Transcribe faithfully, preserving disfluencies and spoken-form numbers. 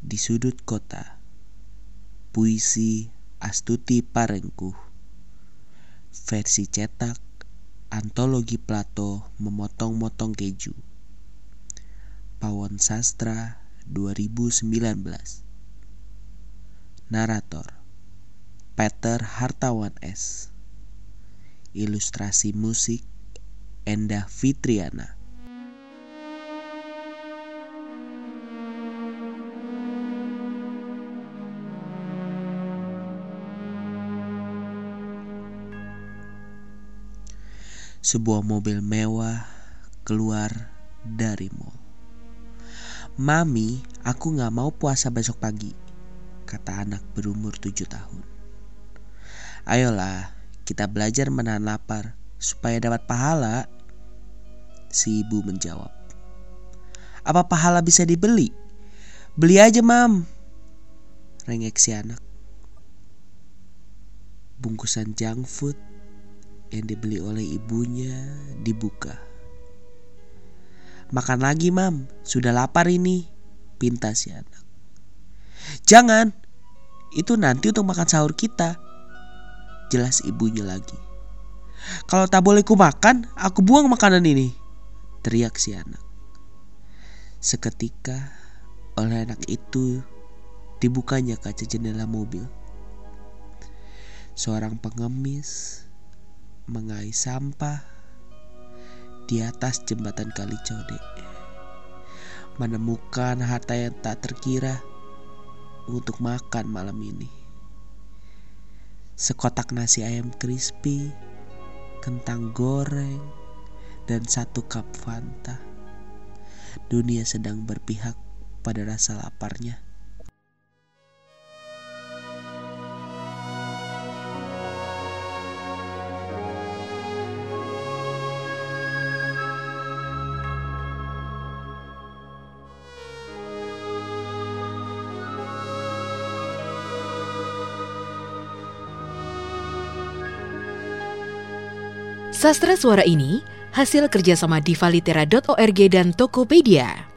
Di sudut kota, puisi Astuti Parengkuh, versi cetak, antologi Plato memotong-motong keju, Pawon Sastra dua ribu sembilan belas. Narator Peter Hartawan S. Ilustrasi musik Endah Fitriana. Sebuah mobil mewah keluar dari mall. "Mami, aku gak mau puasa besok pagi," kata anak berumur tujuh tahun. "Ayolah, kita belajar menahan lapar supaya dapat pahala," si ibu menjawab. "Apa pahala bisa dibeli? Beli aja, Mam," rengek si anak. Bungkusan junk food yang dibeli oleh ibunya dibuka. "Makan lagi, Mam, sudah lapar ini," pinta si anak. "Jangan, itu nanti untuk makan sahur kita," jelas ibunya lagi. "Kalau tak boleh ku makan, aku buang makanan ini," teriak si anak. Seketika oleh anak itu dibukanya kaca jendela mobil. Seorang pengemis mengais sampah di atas jembatan Kali Code menemukan harta yang tak terkira untuk makan malam ini. Sekotak nasi ayam crispy, kentang goreng, dan satu cup Fanta. Dunia sedang berpihak pada rasa laparnya. Sastra Suara ini hasil kerjasama diva litera dot org dan Tokopedia.